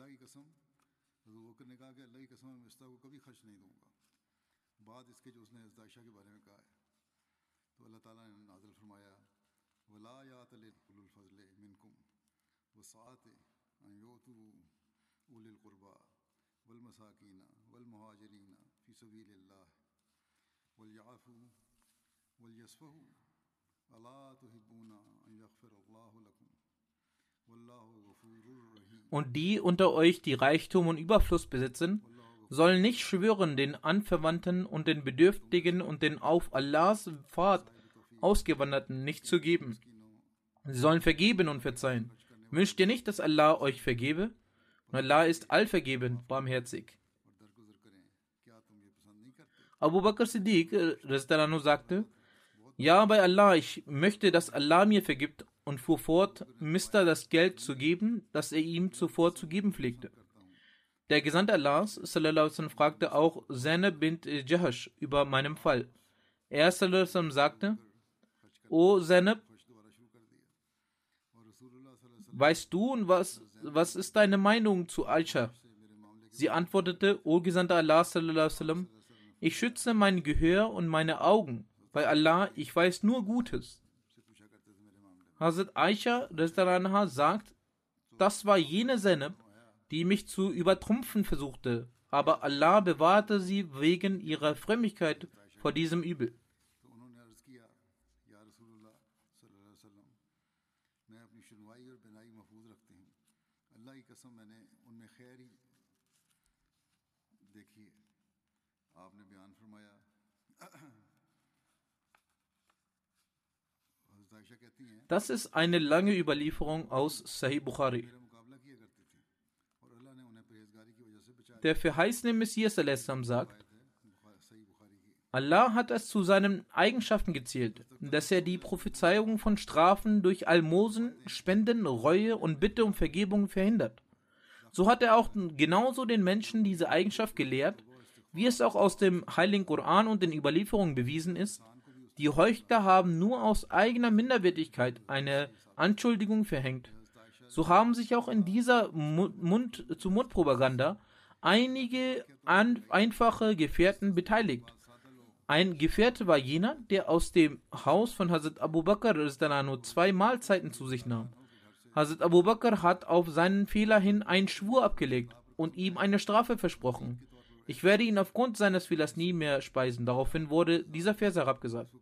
Und die unter euch, die Reichtum und Überfluss besitzen, sollen nicht schwören, den Anverwandten und den Bedürftigen und den auf Allahs Pfad Ausgewanderten nicht zu geben. Sie sollen vergeben und verzeihen. Wünscht ihr nicht, dass Allah euch vergebe? Und Allah ist allvergebend, barmherzig. Abu Bakr Siddiq sagte: Ja, bei Allah, ich möchte, dass Allah mir vergibt, und fuhr fort, Mr. das Geld zu geben, das er ihm zuvor zu geben pflegte. Der Gesandte Allahs sallallahu alaihi wasallam fragte auch Zainab bint Jahash über meinen Fall. Er sallallahu alaihi wasallam sagte: O Zainab, weißt du, und was ist deine Meinung zu Aisha? Sie antwortete: O Gesandter Allah sallallahu alaihi wasallam, Ich schütze mein Gehör und meine Augen. Bei Allah, ich weiß nur Gutes. Hazrat Aisha Rizdalanha sagt, das war jene Seneb, die mich zu übertrumpfen versuchte, aber Allah bewahrte sie wegen ihrer Frömmigkeit vor diesem Übel. Das ist eine lange Überlieferung aus Sahih Bukhari. Der verheißene Messias a.s. sagt, Allah hat es zu seinen Eigenschaften gezählt, dass er die Prophezeiung von Strafen durch Almosen, Spenden, Reue und Bitte um Vergebung verhindert. So hat er auch genauso den Menschen diese Eigenschaft gelehrt, wie es auch aus dem Heiligen Koran und den Überlieferungen bewiesen ist. Die Heuchler haben nur aus eigener Minderwertigkeit eine Anschuldigung verhängt. So haben sich auch in dieser Mund-zu-Mund-Propaganda einige einfache Gefährten beteiligt. Ein Gefährte war jener, der aus dem Haus von Hazrat Abu Bakr 2 Mahlzeiten zu sich nahm. Hazrat Abu Bakr hat auf seinen Fehler hin einen Schwur abgelegt und ihm eine Strafe versprochen. Ich werde ihn aufgrund seines Fehlers nie mehr speisen. Daraufhin wurde dieser Vers herabgesagt.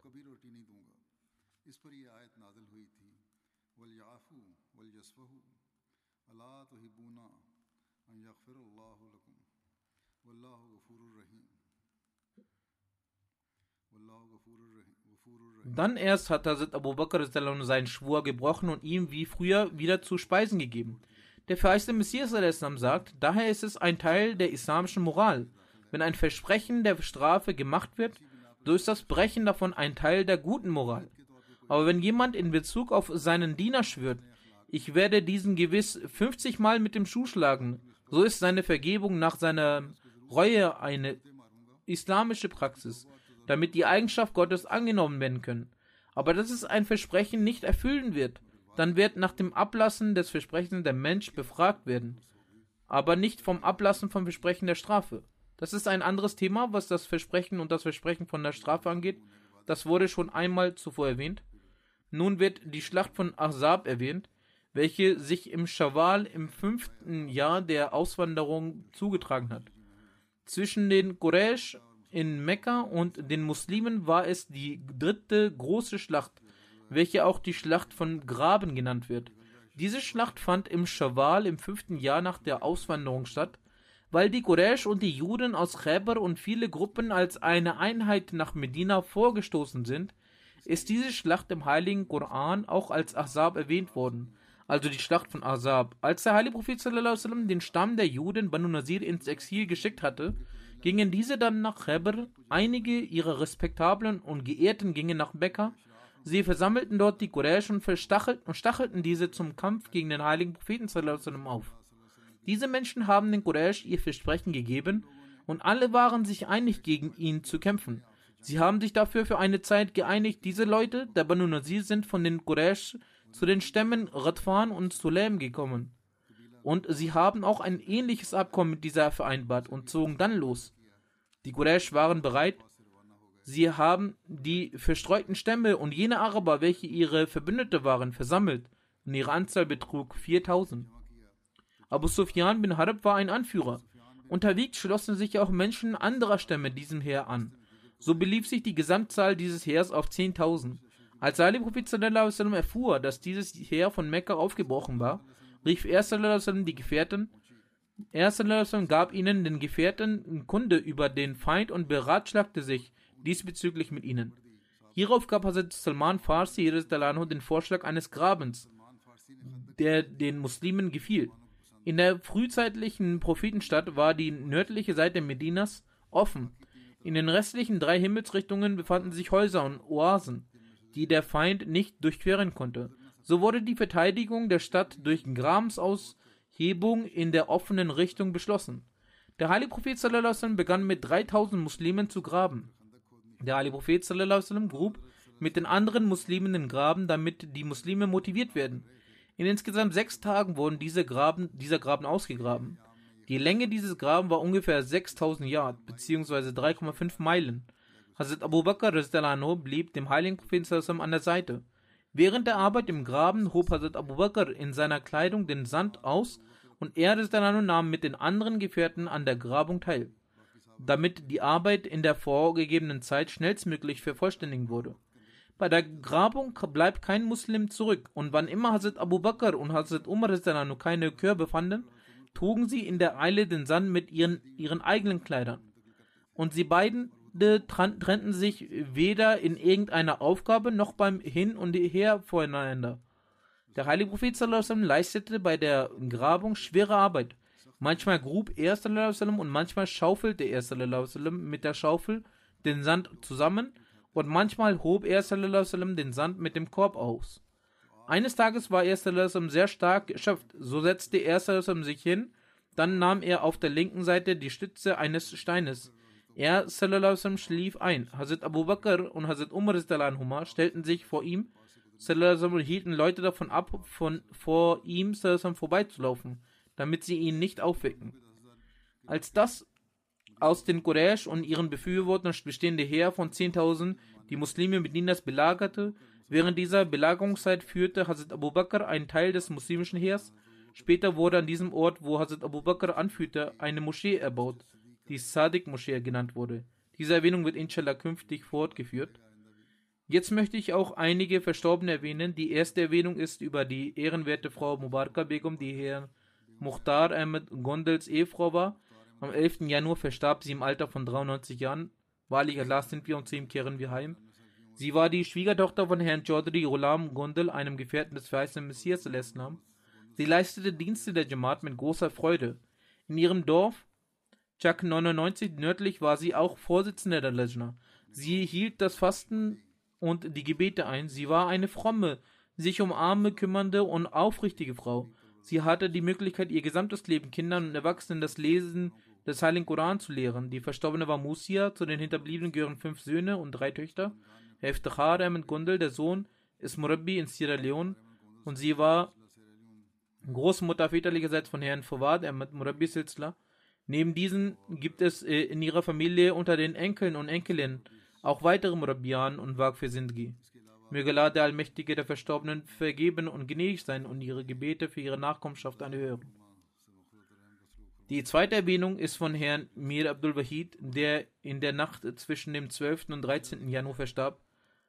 Dann erst hat Hazrat Abu Bakr seinen Schwur gebrochen und ihm wie früher wieder zu speisen gegeben. Der verheißene Messias sagt, daher ist es ein Teil der islamischen Moral. Wenn ein Versprechen der Strafe gemacht wird, so ist das Brechen davon ein Teil der guten Moral. Aber wenn jemand in Bezug auf seinen Diener schwört, ich werde diesen gewiss 50 Mal mit dem Schuh schlagen, so ist seine Vergebung nach seiner Reue eine islamische Praxis, damit die Eigenschaft Gottes angenommen werden können. Aber dass es ein Versprechen nicht erfüllen wird, dann wird nach dem Ablassen des Versprechens der Mensch befragt werden, aber nicht vom Ablassen vom Versprechen der Strafe. Das ist ein anderes Thema, was das Versprechen und das Versprechen von der Strafe angeht. Das wurde schon einmal zuvor erwähnt. Nun wird die Schlacht von Ahzab erwähnt, welche sich im Schawwal im 5. Jahr der Auswanderung zugetragen hat. Zwischen den Quraysh in Mekka und den Muslimen war es die 3. große Schlacht, welche auch die Schlacht von Graben genannt wird. Diese Schlacht fand im Schawwal im 5. Jahr nach der Auswanderung statt. Weil die Quraysh und die Juden aus Khaybar und viele Gruppen als eine Einheit nach Medina vorgestoßen sind, ist diese Schlacht im Heiligen Koran auch als Ahzab erwähnt worden, also die Schlacht von Ahzab. Als der Heilige Prophet den Stamm der Juden Banu Nazir ins Exil geschickt hatte, gingen diese dann nach Khaybar, einige ihrer respektablen und Geehrten gingen nach Mekka. Sie versammelten dort die Quraysh und stachelten diese zum Kampf gegen den Heiligen Propheten auf. Diese Menschen haben den Quraysh ihr Versprechen gegeben und alle waren sich einig, gegen ihn zu kämpfen. Sie haben sich dafür für eine Zeit geeinigt. Diese Leute, der Banu Nazir, sind von den Quraysh zu den Stämmen Radfan und Sulaim gekommen. Und sie haben auch ein ähnliches Abkommen mit dieser vereinbart und zogen dann los. Die Quraysh waren bereit. Sie haben die verstreuten Stämme und jene Araber, welche ihre Verbündete waren, versammelt und ihre Anzahl betrug 4000. Abu Sufyan bin Harb war ein Anführer. Unterwegs schlossen sich auch Menschen anderer Stämme diesem Heer an. So belief sich die Gesamtzahl dieses Heers auf 10.000. Als der Heilige Prophet erfuhr, dass dieses Heer von Mekka aufgebrochen war, rief er die Gefährten. Er gab ihnen den Gefährten Kunde über den Feind und beratschlagte sich diesbezüglich mit ihnen. Hierauf gab Hazrat Salman Farsi den Vorschlag eines Grabens, der den Muslimen gefiel. In der frühzeitlichen Prophetenstadt war die nördliche Seite Medinas offen. In den restlichen 3 Himmelsrichtungen befanden sich Häuser und Oasen, die der Feind nicht durchqueren konnte. So wurde die Verteidigung der Stadt durch Grabensaushebung in der offenen Richtung beschlossen. Der Heilige Prophet begann mit 3000 Muslimen zu graben. Der Heilige Prophet grub mit den anderen Muslimen den Graben, damit die Muslime motiviert werden. In insgesamt 6 Tagen wurden dieser Graben ausgegraben. Die Länge dieses Grabens war ungefähr 6000 Yard bzw. 3,5 Meilen. Hazrat Abu Bakr r. blieb dem heiligen Propheten sallallahu an der Seite. Während der Arbeit im Graben hob Hazrat Abu Bakr in seiner Kleidung den Sand aus und er nahm mit den anderen Gefährten an der Grabung teil, damit die Arbeit in der vorgegebenen Zeit schnellstmöglich vervollständigt wurde. Bei der Grabung bleibt kein Muslim zurück und wann immer Hazrat Abu Bakr und Hazrat Umar keine Körbe fanden, trugen sie in der Eile den Sand mit ihren eigenen Kleidern. Und sie beiden trennten sich weder in irgendeiner Aufgabe noch beim Hin und Her voneinander. Der heilige Prophet sallallahu alaihi wasallam leistete bei der Grabung schwere Arbeit. Manchmal grub er sallallahu alaihi wasallam und manchmal schaufelte er sallallahu alaihi wasallam mit der Schaufel den Sand zusammen und manchmal hob er sallallahu alaihi wasallam den Sand mit dem Korb aus. Eines Tages war er sallallahu alaihi wasallam sehr stark erschöpft, so setzte er sallallahu alaihi wasallam sich hin, dann nahm er auf der linken Seite die Stütze eines Steines. Er sallallahu alaihi wasallam schlief ein. Hazrat Abu Bakr und Hazrat Umar stellten sich vor ihm sallallahu alaihi wasallam, hielten Leute davon ab, vor ihm sallallahu alaihi wasallam vorbeizulaufen, damit sie ihn nicht aufwecken. Als das aus den Quraysh und ihren Befürwortern bestehende Heer von 10.000 die Muslime Medinas belagerte, während dieser Belagerungszeit führte Hazrat Abu Bakr einen Teil des muslimischen Heers. Später wurde an diesem Ort, wo Hazrat Abu Bakr anführte, eine Moschee erbaut, die Sadiq-Moschee genannt wurde. Diese Erwähnung wird inshallah künftig fortgeführt. Jetzt möchte ich auch einige Verstorbene erwähnen. Die erste Erwähnung ist über die ehrenwerte Frau Mubaraka Begum, die Herrn Mukhtar Ahmed Gondels Ehefrau war. Am 11. Januar verstarb sie im Alter von 93 Jahren. Wahrlich Allah sind wir und zu ihm kehren wir heim. Sie war die Schwiegertochter von Herrn Chaudhry Ghulam Gondel, einem Gefährten des verheißenen Messias al-Islam. Sie leistete Dienste der Jamaat mit großer Freude. In ihrem Dorf Chak 99 nördlich war sie auch Vorsitzende der Lajna. Sie hielt das Fasten und die Gebete ein. Sie war eine fromme, sich um Arme kümmernde und aufrichtige Frau. Sie hatte die Möglichkeit, ihr gesamtes Leben Kindern und Erwachsenen das Lesen des Heiligen Koran zu lehren. Die Verstorbene war Musia, zu den Hinterbliebenen gehören 5 Söhne und 3 Töchter. Herr Iftikhar Ahmed Gondel, der Sohn, ist Murabbi in Sierra Leone und sie war Großmutter väterlicherseits von Herrn Fawad Ahmed Murabbi Silsla. Neben diesen gibt es in ihrer Familie unter den Enkeln und Enkelinnen auch weitere Murabbian und Waqf Zindgi. Möge Allah der Allmächtige der Verstorbenen vergeben und gnädig sein und ihre Gebete für ihre Nachkommenschaft anhören. Die zweite Erwähnung ist von Herrn Mir Abdul Wahid, der in der Nacht zwischen dem 12. und 13. Januar verstarb.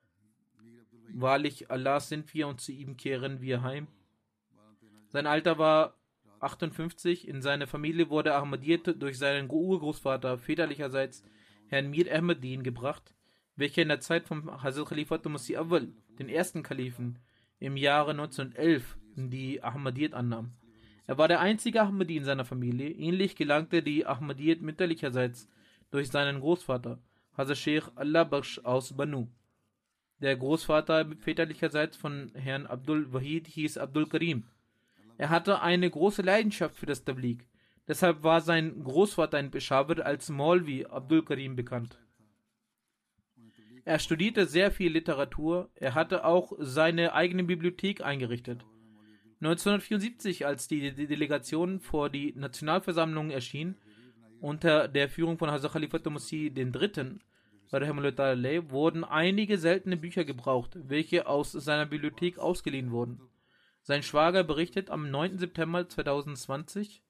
Wahrlich, Allah sind wir und zu ihm kehren wir heim. Sein Alter war 58. In seine Familie wurde Ahmadiyyat durch seinen Urgroßvater väterlicherseits Herrn Mir Ahmeddin gebracht, welcher in der Zeit von Hazrat Khalifat Masih Awwal, den ersten Kalifen, im Jahre 1911 die Ahmadiyyat annahm. Er war der einzige Ahmadi in seiner Familie. Ähnlich gelangte die Ahmadiyyat mütterlicherseits durch seinen Großvater, Hazrat Sheikh Allah Bakhsh aus Banu. Der Großvater väterlicherseits von Herrn Abdul Wahid hieß Abdul Karim. Er hatte eine große Leidenschaft für das Tabligh. Deshalb war sein Großvater in Peshawar als Maulvi Abdul Karim bekannt. Er studierte sehr viel Literatur. Er hatte auch seine eigene Bibliothek eingerichtet. 1974, als die Delegation vor die Nationalversammlung erschien, unter der Führung von Hazrat Khalifat Masih III., wurden einige seltene Bücher gebraucht, welche aus seiner Bibliothek ausgeliehen wurden. Sein Schwager berichtet, am 9. September 2020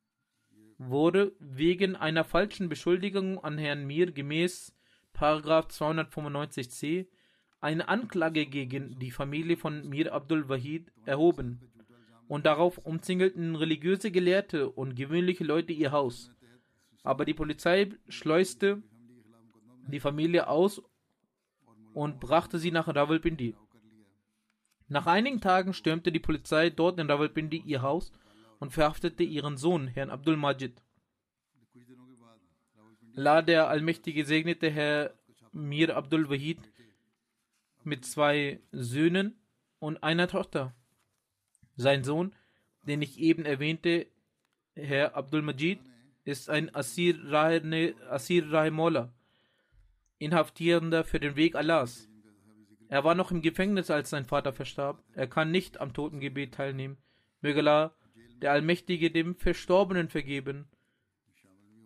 wurde wegen einer falschen Beschuldigung an Herrn Mir gemäß § 295c eine Anklage gegen die Familie von Mir Abdul Wahid erhoben und darauf umzingelten religiöse Gelehrte und gewöhnliche Leute ihr Haus. Aber die Polizei schleuste die Familie aus und brachte sie nach Rawalpindi. Nach einigen Tagen stürmte die Polizei dort in Rawalpindi ihr Haus und verhaftete ihren Sohn, Herrn Abdul Majid. Allah der Allmächtige segnete Herr Mir Abdul Wahid mit 2 Söhnen und einer Tochter. Sein Sohn, den ich eben erwähnte, Herr Abdul Majid, ist ein Asir Rahimola, Inhaftierender für den Weg Allahs. Er war noch im Gefängnis, als sein Vater verstarb. Er kann nicht am Totengebet teilnehmen. Möge Allah, der Allmächtige, dem Verstorbenen vergeben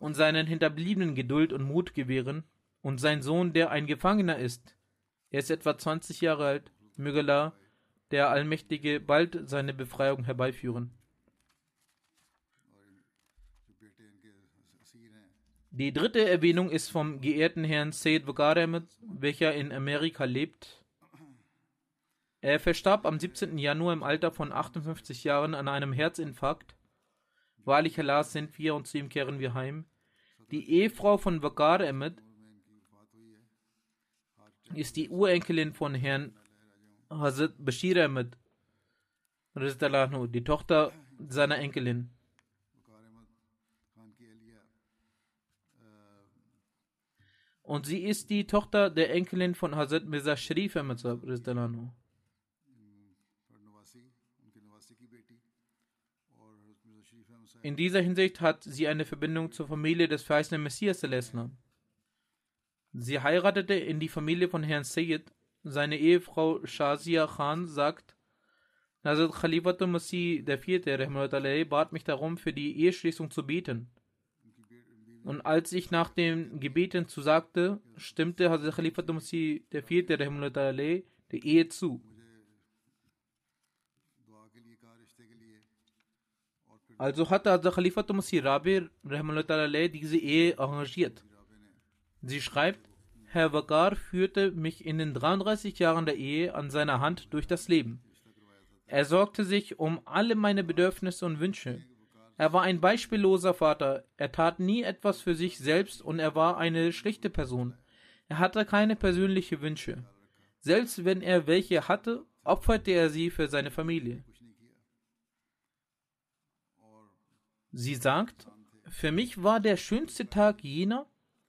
und seinen Hinterbliebenen Geduld und Mut gewähren, und sein Sohn, der ein Gefangener ist, er ist etwa 20 Jahre alt, möge Allah, der Allmächtige, bald seine Befreiung herbeiführen. Die dritte Erwähnung ist vom geehrten Herrn Sayyid Waqar Ahmad, welcher in Amerika lebt. Er verstarb am 17. Januar im Alter von 58 Jahren an einem Herzinfarkt. Wahrlich Allah sind wir und zu ihm kehren wir heim. Die Ehefrau von Waqar Ahmad ist die Urenkelin von Herrn Hazrat Bashir Ahmad, die Tochter seiner Enkelin. Und sie ist die Tochter der Enkelin von Hazrat Mirza Sharif Ahmad. In dieser Hinsicht hat sie eine Verbindung zur Familie des verheißenen Messias. Sie heiratete in die Familie von Herrn Sayyid. Seine Ehefrau Shazia Khan sagt, Hazrat Khalifatul Masih IV. Bat mich darum, für die Eheschließung zu beten. Und als ich nach den Gebeten zusagte, stimmte Hazrat Khalifatul Masih IV. Der Ehe zu. Also hatte Hazrat Khalifatul Masih Rabi diese Ehe arrangiert. Sie schreibt, Herr Waqar führte mich in den 33 Jahren der Ehe an seiner Hand durch das Leben. Er sorgte sich um alle meine Bedürfnisse und Wünsche. Er war ein beispielloser Vater. Er tat nie etwas für sich selbst und er war eine schlichte Person. Er hatte keine persönlichen Wünsche. Selbst wenn er welche hatte, opferte er sie für seine Familie. Sie sagt, für mich war der schönste Tag jener,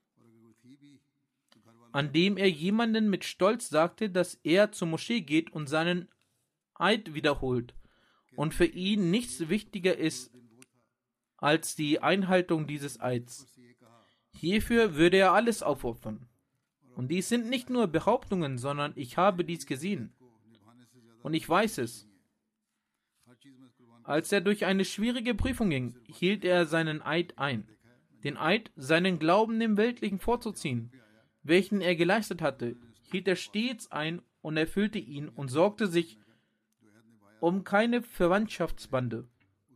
an dem er jemanden mit Stolz sagte, dass er zur Moschee geht und seinen Eid wiederholt und für ihn nichts wichtiger ist als die Einhaltung dieses Eids. Hierfür würde er alles aufopfern. Und dies sind nicht nur Behauptungen, sondern ich habe dies gesehen. Und ich weiß es. Als er durch eine schwierige Prüfung ging, hielt er seinen Eid ein. Den Eid, seinen Glauben dem Weltlichen vorzuziehen, welchen er geleistet hatte, hielt er stets ein und erfüllte ihn und sorgte sich um keine Verwandtschaftsbande.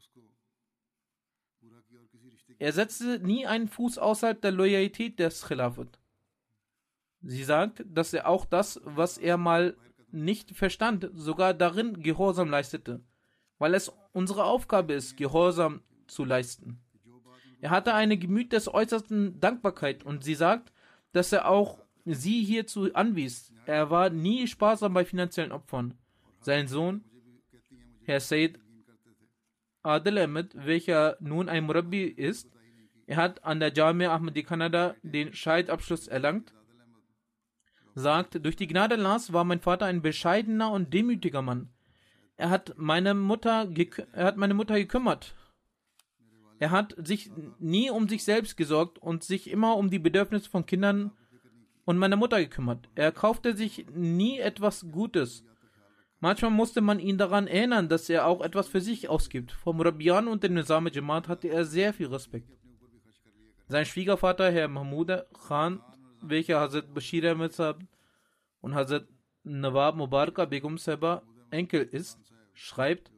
Er setzte nie einen Fuß außerhalb der Loyalität des Khilafat. Sie sagt, dass er auch das, was er mal nicht verstand, sogar darin Gehorsam leistete, weil es unsere Aufgabe ist, Gehorsam zu leisten. Er hatte ein Gemüt des äußersten Dankbarkeit und sie sagt, dass er auch sie hierzu anwies. Er war nie sparsam bei finanziellen Opfern. Sein Sohn, Herr Sayyid Adil Ahmed, welcher nun ein Murabbi ist, er hat an der Jamia Ahmadi Kanada den Scheidabschluss erlangt, sagt, durch die Gnade Allahs war mein Vater ein bescheidener und demütiger Mann. Er hat meine Mutter gekümmert. Er hat sich nie um sich selbst gesorgt und sich immer um die Bedürfnisse von Kindern und meiner Mutter gekümmert. Er kaufte sich nie etwas Gutes. Manchmal musste man ihn daran erinnern, dass er auch etwas für sich ausgibt. Vor Murabbiyan und dem Nizam Jamaat hatte er sehr viel Respekt. Sein Schwiegervater, Herr Mahmud Khan, welcher Hazrat Bashir Ahmad Sahib und Hazrat Nawab Mubaraka Begum Sahaba Enkel ist, schreibt,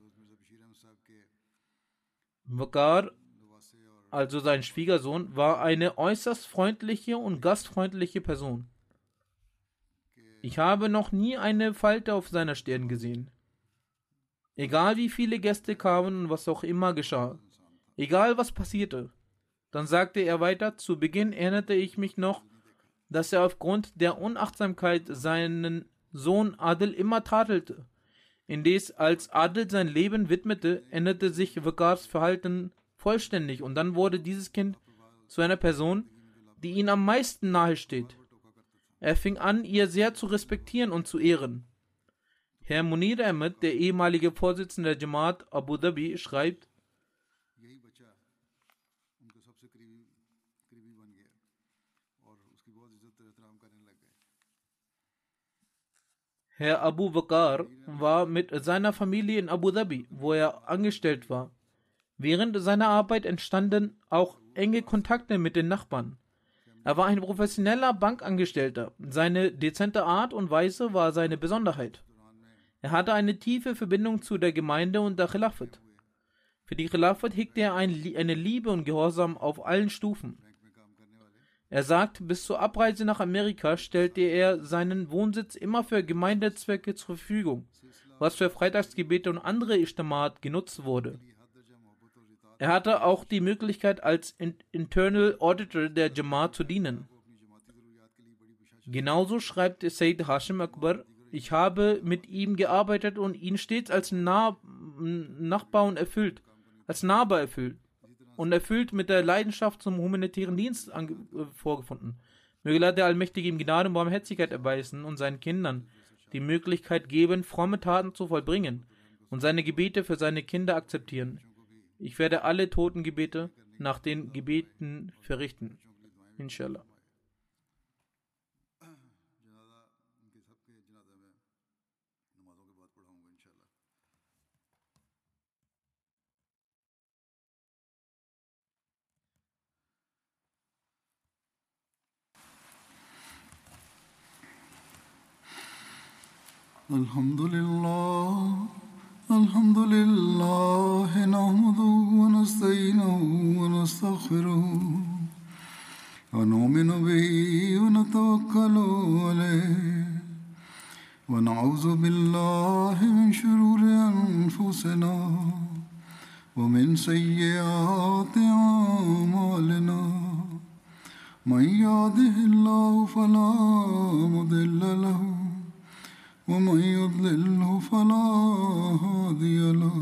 Waqar, also sein Schwiegersohn, war eine äußerst freundliche und gastfreundliche Person. Ich habe noch nie eine Falte auf seiner Stirn gesehen. Egal wie viele Gäste kamen und was auch immer geschah, egal was passierte, dann sagte er weiter, zu Beginn erinnerte ich mich noch, dass er aufgrund der Unachtsamkeit seinen Sohn Adil immer tadelte. Indes, als Adil sein Leben widmete, änderte sich Waqars Verhalten vollständig und dann wurde dieses Kind zu einer Person, die ihm am meisten nahe steht. Er fing an, ihr sehr zu respektieren und zu ehren. Herr Munir Ahmed, der ehemalige Vorsitzende der Jamaat Abu Dhabi, schreibt, Herr Abu Waqar war mit seiner Familie in Abu Dhabi, wo er angestellt war. Während seiner Arbeit entstanden auch enge Kontakte mit den Nachbarn. Er war ein professioneller Bankangestellter. Seine dezente Art und Weise war seine Besonderheit. Er hatte eine tiefe Verbindung zu der Gemeinde und der Khilafat. Für die Khilafat hegte er eine Liebe und Gehorsam auf allen Stufen. Er sagt, bis zur Abreise nach Amerika stellte er seinen Wohnsitz immer für Gemeindezwecke zur Verfügung, was für Freitagsgebete und andere Ijtimaat genutzt wurde. Er hatte auch die Möglichkeit, als Internal Auditor der Jamaat zu dienen. Genauso schreibt Sayyid Hashim Akbar, ich habe mit ihm gearbeitet und ihn stets als Nachbar und erfüllt und erfüllt mit der Leidenschaft zum humanitären Dienst vorgefunden. Möge Allah der Allmächtige ihm Gnade und Barmherzigkeit erweisen und seinen Kindern die Möglichkeit geben, fromme Taten zu vollbringen und seine Gebete für seine Kinder akzeptieren. Ich werde alle Totengebete nach den Gebeten verrichten. Inshallah. الحمد لله نحمده ونستعينه ونستغفره ونؤمن به ونتوكل عليه ونعوذ بالله من شرور أنفسنا ومن سيئات أعمالنا من يهده الله فلا مضل له ومن يضلله فلا هادي له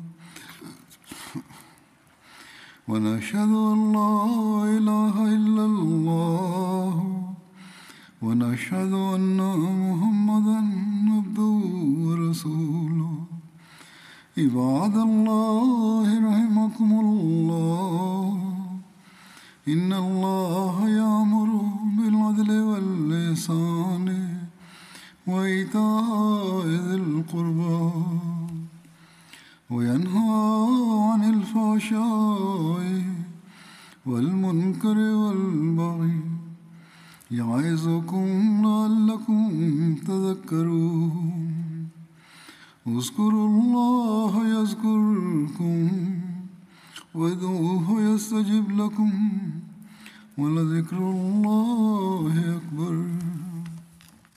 ونشهد أن لا إله إلا الله ونشهد أن محمدا عبده ورسوله عباد الله رحمكم الله إن الله يأمر بالعدل والإحسان وإيتاء ذي القربى وينهى عن الفحشاء والمنكر والبغي يعظكم لعلكم تذكرون اذكروا الله يذكركم وادعوه يستجب لكم ولذكر الله أكبر